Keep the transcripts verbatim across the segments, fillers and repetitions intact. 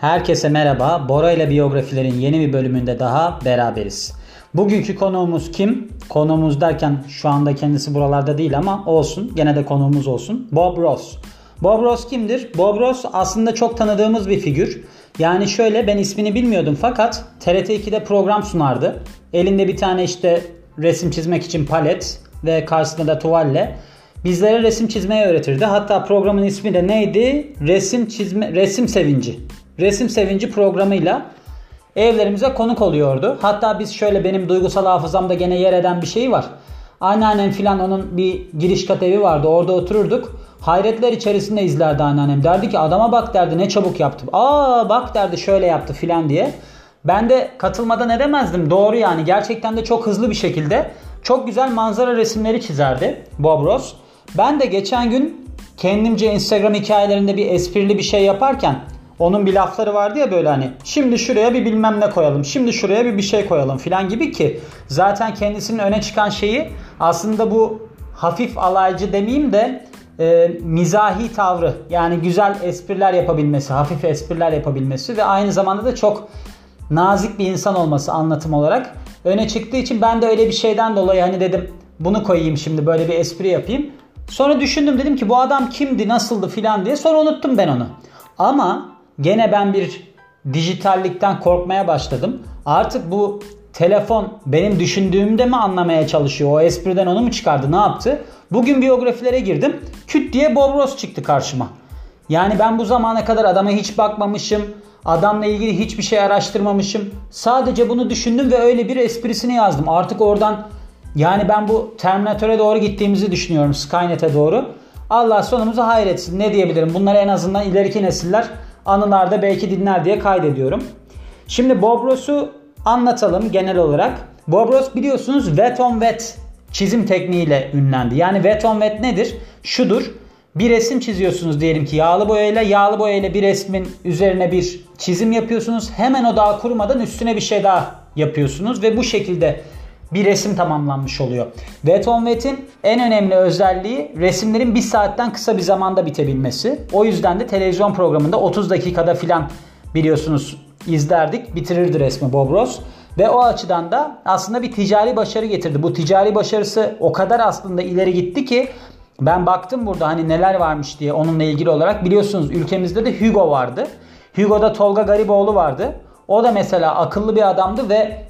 Herkese merhaba. Bora ile biyografilerin yeni bir bölümünde daha beraberiz. Bugünkü konuğumuz kim? Konuğumuz derken şu anda kendisi buralarda değil ama olsun. Gene de konuğumuz olsun. Bob Ross. Bob Ross kimdir? Bob Ross aslında çok tanıdığımız bir figür. Yani şöyle, ben ismini bilmiyordum fakat T R T ikide program sunardı. Elinde bir tane işte resim çizmek için palet ve karşısında da tuvalle bizlere resim çizmeyi öğretirdi. Hatta programın ismi de neydi? Resim çizme, resim sevinci. Resim sevinci programıyla evlerimize konuk oluyordu. Hatta biz şöyle, benim duygusal hafızamda gene yer eden bir şey var. Anneannem filan, onun bir giriş kat evi vardı. Orada otururduk. Hayretler içerisinde izlerdi anneannem. Derdi ki adama bak derdi, ne çabuk yaptı. Aa bak derdi, şöyle yaptı filan diye. Ben de katılmadan edemezdim. Doğru yani, gerçekten de çok hızlı bir şekilde çok güzel manzara resimleri çizerdi Bob Ross. Ben de geçen gün kendimce Instagram hikayelerinde bir esprili bir şey yaparken onun bir lafları vardı ya, böyle hani şimdi şuraya bir bilmem ne koyalım, şimdi şuraya bir bir şey koyalım filan gibi, ki zaten kendisinin öne çıkan şeyi aslında bu hafif alaycı demeyeyim de e, mizahi tavrı, yani güzel espriler yapabilmesi, hafif espriler yapabilmesi ve aynı zamanda da çok nazik bir insan olması anlatım olarak öne çıktığı için ben de öyle bir şeyden dolayı hani dedim bunu koyayım, şimdi böyle bir espri yapayım. Sonra düşündüm, dedim ki bu adam kimdi, nasıldı filan diye, sonra unuttum ben onu. Ama gene ben bir dijitallikten korkmaya başladım. Artık bu telefon benim düşündüğümde mi anlamaya çalışıyor? O espriden onu mu çıkardı? Ne yaptı? Bugün biyografilere girdim. Küt diye Bob Ross çıktı karşıma. Yani ben bu zamana kadar adama hiç bakmamışım. Adamla ilgili hiçbir şey araştırmamışım. Sadece bunu düşündüm ve öyle bir esprisini yazdım. Artık oradan yani ben bu Terminator'a doğru gittiğimizi düşünüyorum. Skynet'e doğru. Allah sonumuzu hayretsin. Ne diyebilirim? Bunları en azından ileriki nesiller anılarda belki dinler diye kaydediyorum. Şimdi Bob Ross'u anlatalım genel olarak. Bob Ross biliyorsunuz wet on wet çizim tekniğiyle ünlendi. Yani wet on wet nedir? Şudur. Bir resim çiziyorsunuz diyelim ki yağlı boyayla. Yağlı boyayla bir resmin üzerine bir çizim yapıyorsunuz. Hemen o daha kurumadan üstüne bir şey daha yapıyorsunuz ve bu şekilde bir resim tamamlanmış oluyor. Wet on Wet'in en önemli özelliği resimlerin bir saatten kısa bir zamanda bitebilmesi. O yüzden de televizyon programında otuz dakikada filan biliyorsunuz izlerdik, bitirirdi resmi Bob Ross. Ve o açıdan da aslında bir ticari başarı getirdi. Bu ticari başarısı o kadar aslında ileri gitti ki ben baktım burada hani neler varmış diye onunla ilgili olarak. Biliyorsunuz ülkemizde de Hugo vardı. Hugo'da Tolga Gariboğlu vardı. O da mesela akıllı bir adamdı ve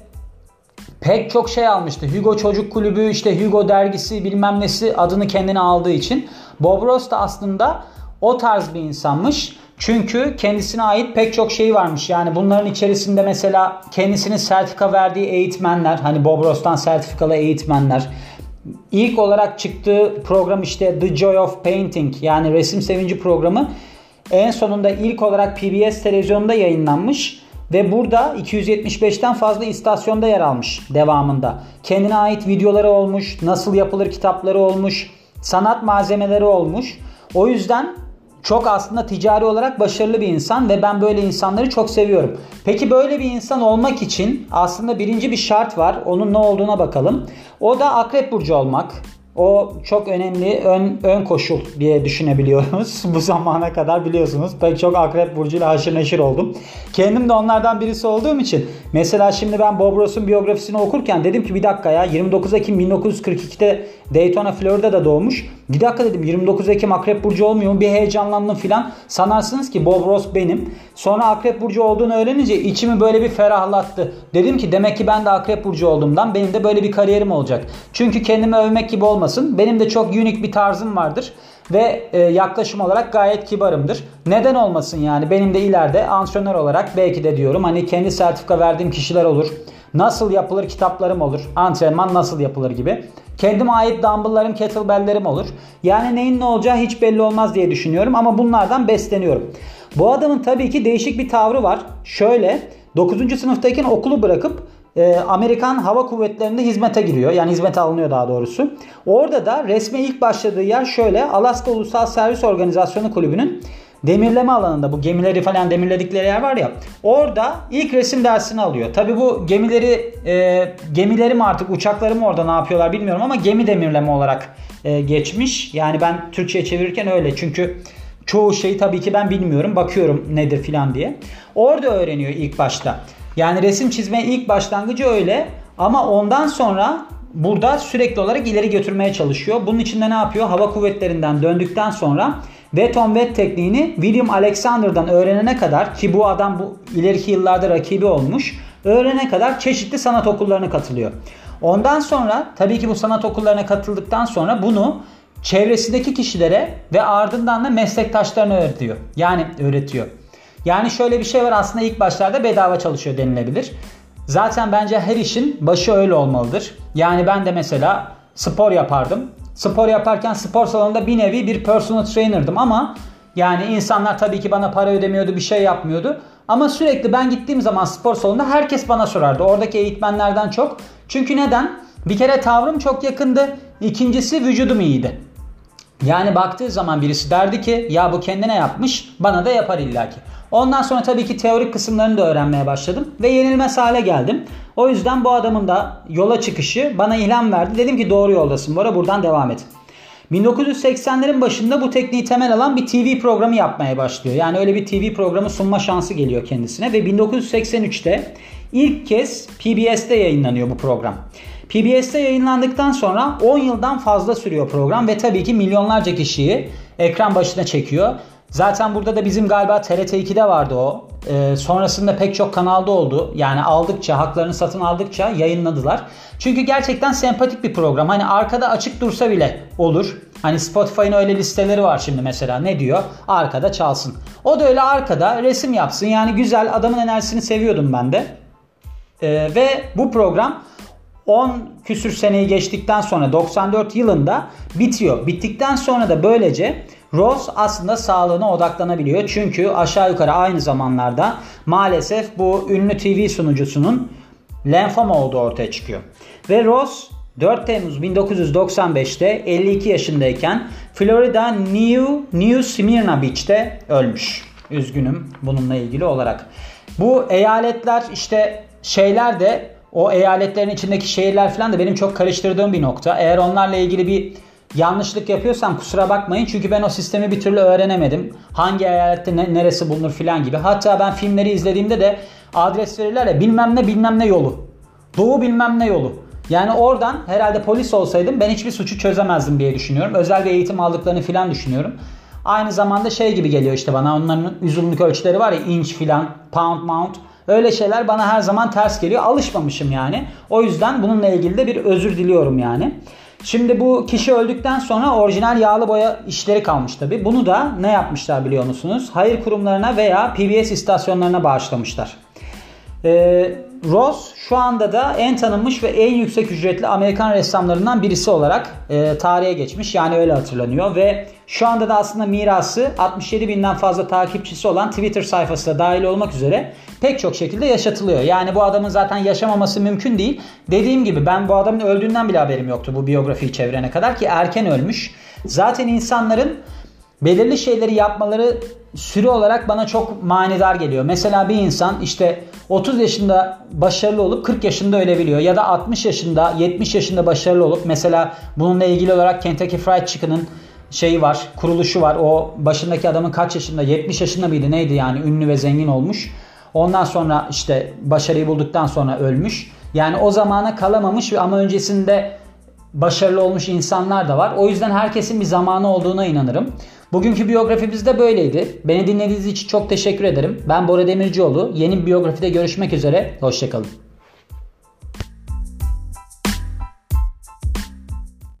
pek çok şey almıştı. Hugo Çocuk Kulübü, işte Hugo dergisi bilmem nesi adını kendine aldığı için. Bob Ross da aslında o tarz bir insanmış. Çünkü kendisine ait pek çok şey varmış. Yani bunların içerisinde mesela kendisinin sertifika verdiği eğitmenler, hani Bob Ross'tan sertifikalı eğitmenler. İlk olarak çıktığı program işte The Joy of Painting, yani resim sevinci programı en sonunda ilk olarak P B S televizyonunda yayınlanmış. Ve burada iki yüz yetmiş beşten fazla istasyonda yer almış devamında. Kendine ait videoları olmuş, nasıl yapılır kitapları olmuş, sanat malzemeleri olmuş. O yüzden çok aslında ticari olarak başarılı bir insan ve ben böyle insanları çok seviyorum. Peki böyle bir insan olmak için aslında birinci bir şart var. Onun ne olduğuna bakalım. O da Akrep Burcu olmak. O çok önemli ön, ön koşul diye düşünebiliyoruz. Bu zamana kadar biliyorsunuz pek çok Akrep Burcu'yla haşır neşir oldum. Kendim de onlardan birisi olduğum için. Mesela şimdi ben Bob Ross'un biyografisini okurken dedim ki bir dakika ya, yirmi dokuz Ekim bin dokuz yüz kırk ikide Daytona, Florida'da doğmuş. Bir dakika dedim, yirmi dokuz Ekim Akrep Burcu olmuyor mu? Bir heyecanlandım filan. Sanarsınız ki Bob Ross benim. Sonra Akrep Burcu olduğunu öğrenince içimi böyle bir ferahlattı. Dedim ki demek ki ben de Akrep Burcu olduğumdan benim de böyle bir kariyerim olacak. Çünkü kendimi övmek gibi olmasın. Benim de çok unik bir tarzım vardır. Ve e, yaklaşım olarak gayet kibarımdır. Neden olmasın yani? Benim de ileride antrenör olarak belki de diyorum hani kendi sertifika verdiğim kişiler olur. Nasıl yapılır kitaplarım olur. Antrenman nasıl yapılır gibi. Kendime ait dumbbell'larım, kettlebell'lerim olur. Yani neyin ne olacağı hiç belli olmaz diye düşünüyorum ama bunlardan besleniyorum. Bu adamın tabii ki değişik bir tavrı var. Şöyle, dokuzuncu sınıftayken okulu bırakıp e, Amerikan Hava Kuvvetleri'nde hizmete giriyor. Yani hizmete alınıyor daha doğrusu. Orada da resme ilk başladığı yer şöyle: Alaska Ulusal Servis Organizasyonu Kulübü'nün demirleme alanında, bu gemileri falan demirledikleri yer var ya, orada ilk resim dersini alıyor. Tabii bu gemileri e, gemileri mi artık uçakları mı orada ne yapıyorlar bilmiyorum ama gemi demirleme olarak e, geçmiş. Yani ben Türkçe'ye çevirirken öyle, çünkü Çoğu şeyi tabii ki ben bilmiyorum. Bakıyorum nedir filan diye. Orada öğreniyor ilk başta. Yani resim çizmeye ilk başlangıcı öyle. Ama ondan sonra burada sürekli olarak ileri götürmeye çalışıyor. Bunun için de ne yapıyor? Hava kuvvetlerinden döndükten sonra wet on wet tekniğini William Alexander'dan öğrenene kadar, ki bu adam bu ileriki yıllarda rakibi olmuş, öğrenene kadar çeşitli sanat okullarına katılıyor. Ondan sonra tabii ki bu sanat okullarına katıldıktan sonra bunu çevresindeki kişilere ve ardından da meslektaşlarına öğretiyor. Yani öğretiyor. Yani şöyle bir şey var, aslında ilk başlarda bedava çalışıyor denilebilir. Zaten bence her işin başı öyle olmalıdır. Yani ben de mesela spor yapardım. Spor yaparken spor salonunda bir nevi bir personal trainer'dım ama yani insanlar tabii ki bana para ödemiyordu, bir şey yapmıyordu. Ama sürekli ben gittiğim zaman spor salonunda herkes bana sorardı. Oradaki eğitmenlerden çok. Çünkü neden? Bir kere tavrım çok yakındı. İkincisi vücudum iyiydi. Yani baktığı zaman birisi derdi ki ya bu kendine yapmış, bana da yapar illaki. Ondan sonra tabii ki teorik kısımlarını da öğrenmeye başladım ve yenilmez hale geldim. O yüzden bu adamın da yola çıkışı bana ilham verdi. Dedim ki doğru yoldasın Bora, buradan devam et. bin dokuz yüz seksenlerin başında bu tekniği temel alan bir T V programı yapmaya başlıyor. Yani öyle bir T V programı sunma şansı geliyor kendisine ve bin dokuz yüz seksen üçte ilk kez P B S'te yayınlanıyor bu program. P B S'te yayınlandıktan sonra on yıldan fazla sürüyor program ve tabii ki milyonlarca kişiyi ekran başına çekiyor. Zaten burada da bizim galiba T R T ikide vardı o. Ee, sonrasında pek çok kanalda oldu. Yani aldıkça, haklarını satın aldıkça yayınladılar. Çünkü gerçekten sempatik bir program. Hani arkada açık dursa bile olur. Hani Spotify'ın öyle listeleri var şimdi mesela. Ne diyor? Arkada çalsın. O da öyle arkada resim yapsın. Yani güzel, adamın enerjisini seviyordum ben de. Ee, ve bu program on küsür seneyi geçtikten sonra doksan dört yılında bitiyor. Bittikten sonra da böylece Ross aslında sağlığına odaklanabiliyor. Çünkü aşağı yukarı aynı zamanlarda maalesef bu ünlü T V sunucusunun lenfoma olduğu ortaya çıkıyor. Ve Ross dört Temmuz bin dokuz yüz doksan beşte elli iki yaşındayken Florida New, New Smyrna Beach'te ölmüş. Üzgünüm bununla ilgili olarak. Bu eyaletler işte şeyler de, o eyaletlerin içindeki şehirler falan da benim çok karıştırdığım bir nokta. Eğer onlarla ilgili bir yanlışlık yapıyorsam kusura bakmayın. Çünkü ben o sistemi bir türlü öğrenemedim. Hangi eyalette ne, neresi bulunur falan gibi. Hatta ben filmleri izlediğimde de adres verirler ya, bilmem ne bilmem ne yolu. Doğu bilmem ne yolu. Yani oradan herhalde polis olsaydım ben hiçbir suçu çözemezdim diye düşünüyorum. Özel bir eğitim aldıklarını falan düşünüyorum. Aynı zamanda şey gibi geliyor işte bana, onların uzunluk ölçüleri var ya, inç filan, pound, mount. Öyle şeyler bana her zaman ters geliyor. Alışmamışım yani. O yüzden bununla ilgili de bir özür diliyorum yani. Şimdi bu kişi öldükten sonra orijinal yağlı boya işleri kalmış tabi. Bunu da ne yapmışlar biliyor musunuz? Hayır kurumlarına veya P B S istasyonlarına bağışlamışlar. Ee, Ross şu anda da en tanınmış ve en yüksek ücretli Amerikan ressamlarından birisi olarak e, tarihe geçmiş. Yani öyle hatırlanıyor ve şu anda da aslında mirası altmış yedi binden fazla takipçisi olan Twitter sayfası da dahil olmak üzere pek çok şekilde yaşatılıyor. Yani bu adamın zaten yaşamaması mümkün değil. Dediğim gibi ben bu adamın öldüğünden bile haberim yoktu bu biyografiyi çevirene kadar, ki erken ölmüş. Zaten insanların belirli şeyleri yapmaları süre olarak bana çok manidar geliyor. Mesela bir insan işte otuz yaşında başarılı olup kırk yaşında ölebiliyor. Ya da altmış yaşında, yetmiş yaşında başarılı olup, mesela bununla ilgili olarak Kentucky Fried Chicken'ın şeyi var, kuruluşu var. O başındaki adamın kaç yaşında, yetmiş yaşında mıydı neydi yani, ünlü ve zengin olmuş. Ondan sonra işte başarıyı bulduktan sonra ölmüş. Yani o zamana kalamamış ama öncesinde başarılı olmuş insanlar da var. O yüzden herkesin bir zamanı olduğuna inanırım. Bugünkü biyografimiz de böyleydi. Beni dinlediğiniz için çok teşekkür ederim. Ben Bora Demircioğlu. Yeni bir biyografide görüşmek üzere. Hoşçakalın.